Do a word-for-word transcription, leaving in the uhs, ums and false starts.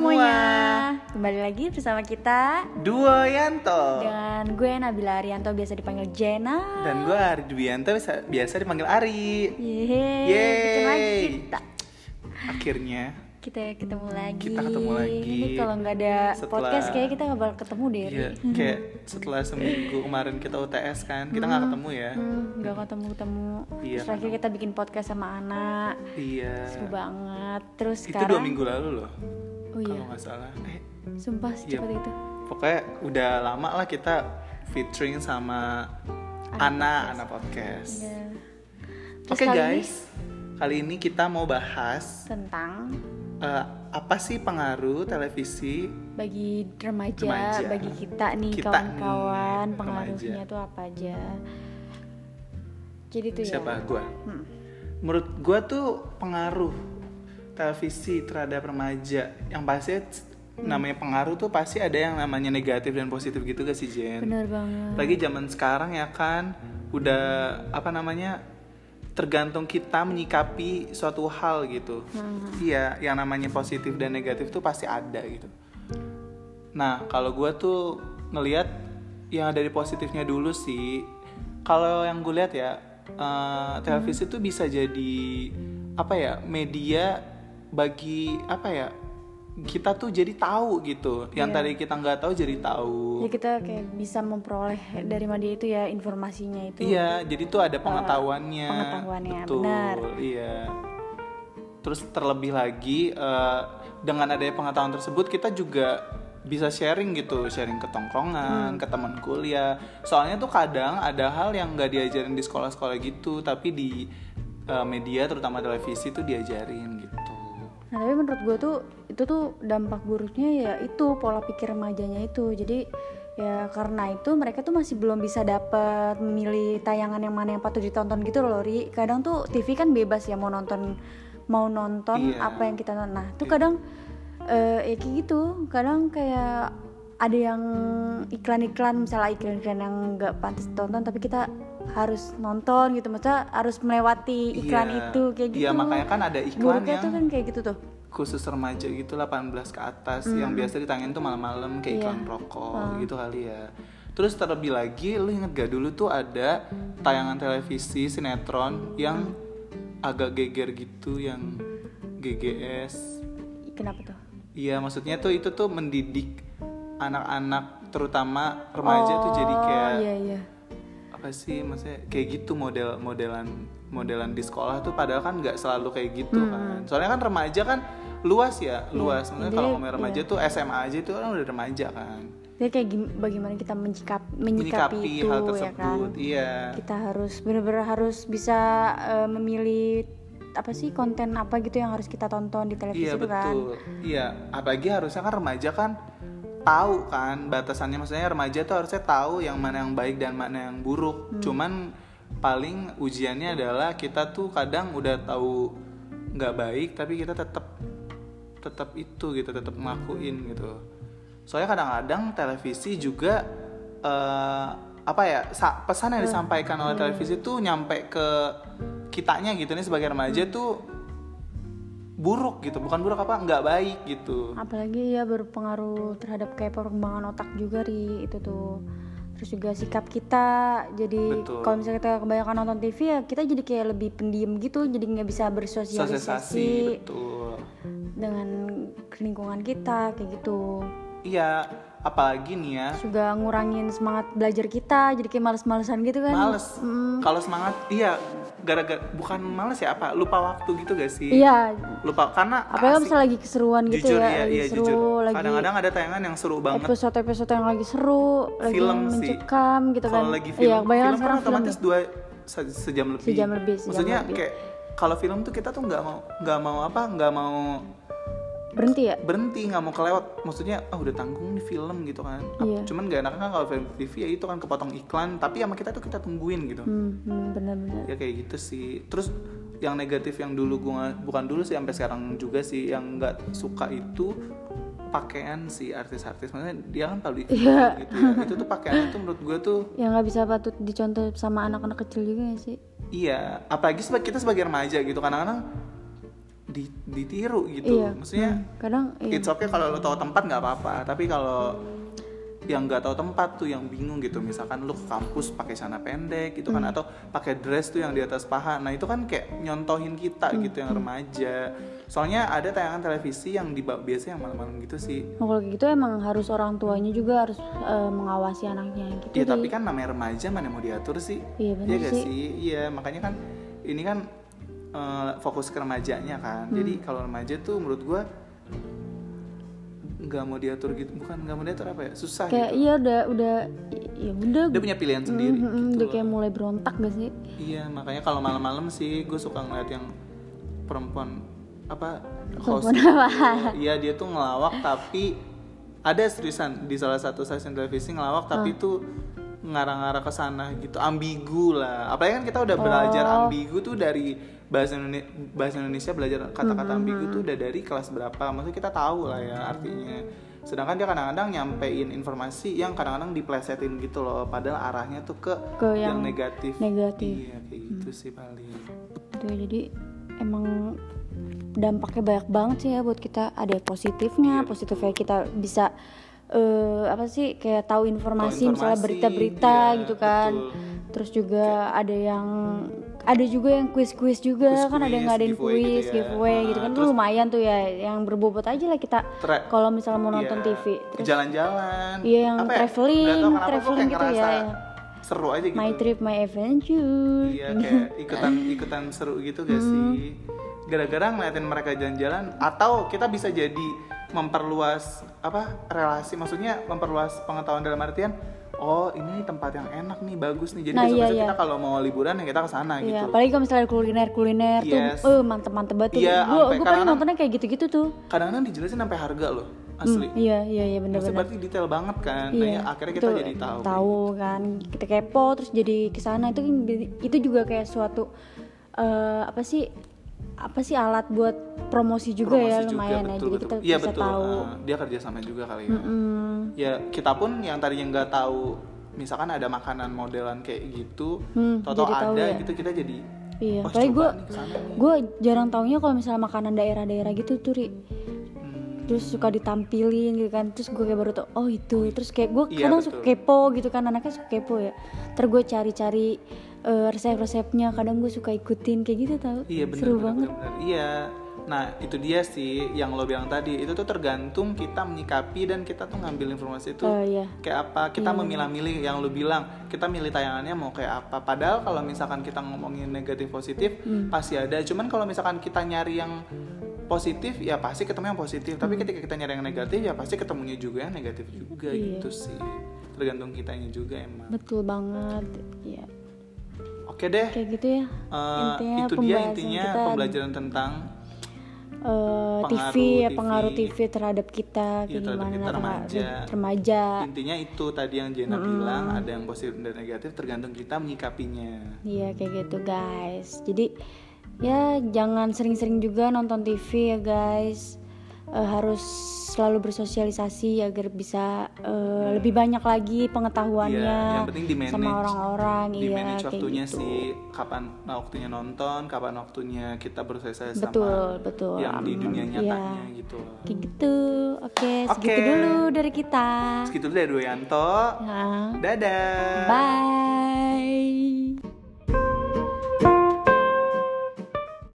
semuanya. Kembali lagi bersama kita Duo Yanto. dengan gue Nabila Arianto, biasa dipanggil Jenna. Dan gue Ari Dwianto, biasa, biasa dipanggil Ari. Yeay, Yeay. ketemu lagi kita. Akhirnya Kita ketemu lagi. Kita ketemu lagi. Ini kalau nggak ada Setelah- podcast kayak kita nggak bakal ketemu deh. iya, kayak setelah seminggu kemarin kita U T S kan, kita nggak ketemu ya. Hmm, nggak ketemu-ketemu. Iya, Terus akhirnya kita bikin podcast sama anak. Iya. Seru banget. Terus Itu sekarang dua minggu lalu loh, Oh iya, kalau nggak salah. Eh, sumpah secepat Iya. itu. pokoknya udah lama lah kita featuring sama Ana, Ana Podcast. Iya. Terus Oke kali ini guys, kali ini kita mau bahas tentang eh, apa sih pengaruh televisi bagi remaja, Remaja. bagi kita nih Kita kawan-kawan, nih, pengaruhnya remaja. tuh apa aja. Jadi tuh siapa ya. gue? Hmm. Menurut gue tuh pengaruh televisi terhadap remaja yang pasti namanya pengaruh tuh pasti ada yang namanya negatif dan positif gitu gak sih Jen? Bener banget. Lagi zaman sekarang ya kan udah apa namanya tergantung kita menyikapi suatu hal gitu. Hmm. Iya, yang namanya positif dan negatif tuh pasti ada gitu. Nah, kalau gue tuh ngelihat yang dari positifnya dulu sih. Kalau yang gue lihat ya, eh, televisi tuh bisa jadi apa ya, media bagi apa ya, kita tuh jadi tahu gitu. Yang Iya. tadi kita nggak tahu jadi tahu. Ya kita kayak bisa memperoleh dari media itu ya informasinya itu. Iya, jadi tuh ada pengetahuannya. pengetahuannya, Betul, benar. iya. Terus terlebih lagi eh, dengan adanya pengetahuan tersebut kita juga bisa sharing gitu, sharing ke tongkrongan, Hmm. ke teman kuliah. Soalnya tuh kadang ada hal yang nggak diajarin di sekolah-sekolah gitu, tapi di eh, media terutama televisi tuh diajarin gitu. Nah tapi menurut gue tuh itu tuh dampak buruknya ya itu pola pikir remajanya itu. Jadi ya karena itu mereka tuh masih belum bisa dapat memilih tayangan yang mana yang patut ditonton gitu loh Ri. Kadang tuh T V kan bebas ya mau nonton mau nonton Iya. apa yang kita nonton. Nah tuh kadang eh ya kayak gitu. Kadang kayak ada yang iklan-iklan, misalnya iklan-iklan yang nggak pantas ditonton tapi kita harus nonton gitu, maksudnya harus melewati iklan Iya. itu kayak gitu. Iya, makanya kan ada iklan Buruknya yang tuh kan kayak gitu tuh. khusus remaja gitu delapan belas ke atas yang biasa ditayangin tuh malam-malam kayak Iya. iklan rokok gitu kali ya. Terus terlebih lagi lu inget gak dulu tuh ada tayangan televisi sinetron yang agak geger gitu, yang G G S. Kenapa tuh? Iya, maksudnya tuh itu tuh mendidik anak-anak terutama remaja tuh jadi kayak iya iya. apa sih maksudnya kayak gitu model modelan modelan di sekolah tuh padahal kan nggak selalu kayak gitu kan. Soalnya kan remaja kan luas ya, luas. Maksudnya Jadi, kalau ngomongin remaja iya. tuh S M A aja itu kan udah remaja kan. Jadi kayak gim- bagaimana kita menyikap, menyikapi, Menyikapi itu hal ya kan. tersebut. Iya. Kita harus benar-benar harus bisa eh, memilih apa sih konten apa gitu yang harus kita tonton di televisi Iya itu kan. betul. Iya, apalagi harusnya kan remaja kan tahu kan batasannya, maksudnya remaja tuh harusnya tahu yang mana yang baik dan mana yang buruk. Hmm. Cuman paling ujiannya adalah kita tuh kadang udah tahu nggak baik tapi kita tetap tetap itu gitu, tetap ngelakuin gitu. Soalnya kadang-kadang televisi juga eh, apa ya sa- pesan yang disampaikan oleh televisi tuh nyampe ke kitanya gitu nih sebagai remaja tuh buruk gitu, bukan buruk apa nggak baik gitu. Apalagi ya berpengaruh terhadap kayak perkembangan otak juga Ri, itu tuh. Terus juga sikap kita, jadi Betul. kalau misalnya kita kebanyakan nonton T V ya kita jadi kayak lebih pendiam gitu, jadi nggak bisa Sosialisasi, bersosialisasi betul. dengan lingkungan kita kayak gitu. Iya, apalagi nih ya, Juga ngurangin semangat belajar kita, jadi kayak males-malesan gitu kan. males. Mm. Kalau semangat, iya, gara-gara bukan males ya apa, lupa waktu gitu gak sih? Iya, Lupa karena apalagi kalau asik. misalnya lagi keseruan gitu Jujur ya, iya, lagi iya seru, jujur. lagi Kadang-kadang ada tayangan yang seru banget. episode-episode yang lagi seru, lagi Film sih. mencekam gitu kan. Kalau lagi film, Iya, kebanyakan film kan sekarang film otomatis ya. dua se- sejam lebih. Sejam lebih, sejam Maksudnya lebih. kayak kalau film tuh kita tuh nggak mau nggak mau apa nggak mau Berhenti ya? berhenti, nggak mau kelewat. Maksudnya ah udah tanggung nih film gitu kan. Iya. Cuman gak enak kan kalau film T V ya itu kan kepotong iklan, tapi sama kita tuh kita tungguin gitu. Hmm, hmm, benar-benar. Ya kayak gitu sih. Terus yang negatif yang dulu gue bukan dulu sih sampai sekarang juga sih yang nggak suka itu pakaian si artis-artis, maksudnya dia kan palu Iya. gitu ya. Itu tuh pakaiannya tuh menurut gue tuh Ya nggak bisa patut dicontoh sama anak-anak kecil juga ya sih. iya, apalagi seba- kita sebagai remaja gitu kadang-kadang di, ditiru gitu. Iya. Maksudnya Hmm, kadang iya. it's okay kalau lo tahu tempat nggak apa-apa, tapi kalau yang nggak tahu tempat tuh yang bingung gitu, misalkan lu ke kampus pakai celana pendek gitu kan, Hmm. atau pakai dress tuh yang di atas paha, nah itu kan kayak nyontohin kita Hmm. gitu yang remaja. Soalnya ada tayangan televisi yang di biasa yang malam-malam gitu sih. Nah, kalau gitu emang harus orang tuanya juga harus eh, mengawasi anaknya gitu. Iya tapi Ri. kan namanya remaja mana mau diatur sih? Iya benar Iya gak sih. sih? Iya makanya kan ini kan eh, fokus ke remajanya kan. Hmm. Jadi kalau remaja tuh menurut gua nggak mau diatur gitu, bukan nggak mau diatur apa ya, susah Kayak gitu. iya udah udah ya udah. Dia punya pilihan sendiri. Mm, mm, mm, gitu udah loh. kayak mulai berontak gak sih? Iya makanya kalau malam-malam sih gue suka ngeliat yang perempuan apa host Perempuan gitu. apa? Iya dia tuh ngelawak tapi ada seriusan di salah satu stasiun televisi ngelawak tapi tuh ngarang-ngarang ke sana gitu, ambigu lah. Apalagi kan kita udah belajar Oh. ambigu tuh dari bahasa Indonesia, bahasa Indonesia belajar kata-kata ambigu tuh udah dari kelas berapa, maksudnya kita tahu lah ya artinya. Sedangkan dia kadang-kadang nyampein informasi yang kadang-kadang diplesetin gitu loh, padahal arahnya tuh ke, Ke yang, yang negatif. negatif. Iya kayak gitu sih paling. Tuh, jadi emang dampaknya banyak banget sih ya buat kita. Ada positifnya, Iya, positifnya kita bisa eh, apa sih kayak tahu informasi, Tahu misalnya informasi, berita-berita iya, gitu kan. betul. Terus juga ada yang ada juga yang quiz-quiz juga Quiz-quiz, kan, ada yang ngadain giveaway gitu quiz, ya. giveaway Nah, gitu kan. Tuh terus- lumayan tuh ya, yang berbobot aja lah kita Tra- kalau misalnya mau nonton Iya, T V. Terus jalan-jalan. iya, yang Apa ya? traveling, Nggak tahu kenapa traveling gue kayak gitu ya, ngerasa ya. seru aja gitu. My trip, my adventure. Iya kayak ikutan-ikutan seru gitu gak sih? Gara-gara ngeliatin mereka jalan-jalan, atau kita bisa jadi memperluas apa relasi, maksudnya memperluas pengetahuan dalam artian oh ini tempat yang enak nih, bagus nih, jadi Nah, besok-besok iya, kita iya. kalau mau liburan ya kita ke sana Iya, gitu. apalagi kalau misalnya kuliner-kuliner Yes. tuh, eh mantep-mantep banget tuh. Iya, Gue sampai gue paling kadang-kadang- nontonnya kayak gitu-gitu tuh. Kadang-kadang dijelasin sampai harga loh, asli. Hmm, iya, iya, iya Maksudnya bener-bener. berarti detail banget kan. Nah, ya, akhirnya kita Betul. jadi tahu. Tahu kan, kita kepo terus jadi kesana itu kan itu juga kayak suatu eh, apa sih apa sih alat buat promosi juga Promosi ya juga, lumayan ya, betul, jadi betul. kita Iya, bisa betul. tahu. Ah, dia kerja sama juga kali ya. Hmm, Ya kita pun yang tadinya nggak tahu, misalkan ada makanan modelan kayak gitu, Hmm, tau-tau jadi tahu ada ya. gitu, kita jadi iya, "Wah, apalagi coba gue nih kesana nih." gue jarang taunya kalau misalnya makanan daerah-daerah gitu tuh, Ri. Hmm, Terus suka ditampilin gitu kan, terus gue kayak baru tau oh itu, terus kayak gue Iya, kadang betul. suka kepo gitu kan, anaknya suka kepo ya, terus gue cari-cari eh, resep-resepnya, kadang gue suka ikutin kayak gitu tau. iya benar, Seru benar, banget. benar, benar. Iya. Nah itu dia sih yang lo bilang tadi, itu tuh tergantung kita menyikapi dan kita tuh ngambil informasi itu Oh iya. kayak apa. Kita memilah-milih, yang lo bilang kita milih tayangannya mau kayak apa. Padahal kalau misalkan kita ngomongin negatif positif Hmm. pasti ada, cuman kalau misalkan kita nyari yang positif ya pasti ketemu yang positif, tapi ketika kita nyari yang negatif ya pasti ketemunya juga yang negatif juga. Hmm. Iya. Gitu sih, tergantung kitanya juga emang. Betul banget. Ya, Oke deh. kayak gitu ya. Eh, Intinya itu dia pembahasan intinya kita, pembelajaran tentang eh, T V pengaruh ya, T V. pengaruh T V terhadap kita Iya, kayak terhadap gimana kita terhadap remaja. remaja. intinya itu tadi yang Jena bilang, ada yang positif dan negatif tergantung kita menyikapinya. Iya kayak gitu guys. Jadi ya jangan sering-sering juga nonton T V ya guys. Eh, harus selalu bersosialisasi agar bisa eh, lebih banyak lagi pengetahuannya Iya, yang penting di manage, sama orang-orang. di Iya manage kayak waktunya gitu. sih, kapan waktunya nonton, kapan waktunya kita bersosialisasi Betul, sama betul. yang di dunia Iya. nyatanya gitu loh. Kayak gitu. Oke, segitu Oke. dulu dari kita. Segitu dulu dari Doyanto. Nah, Dadah. bye.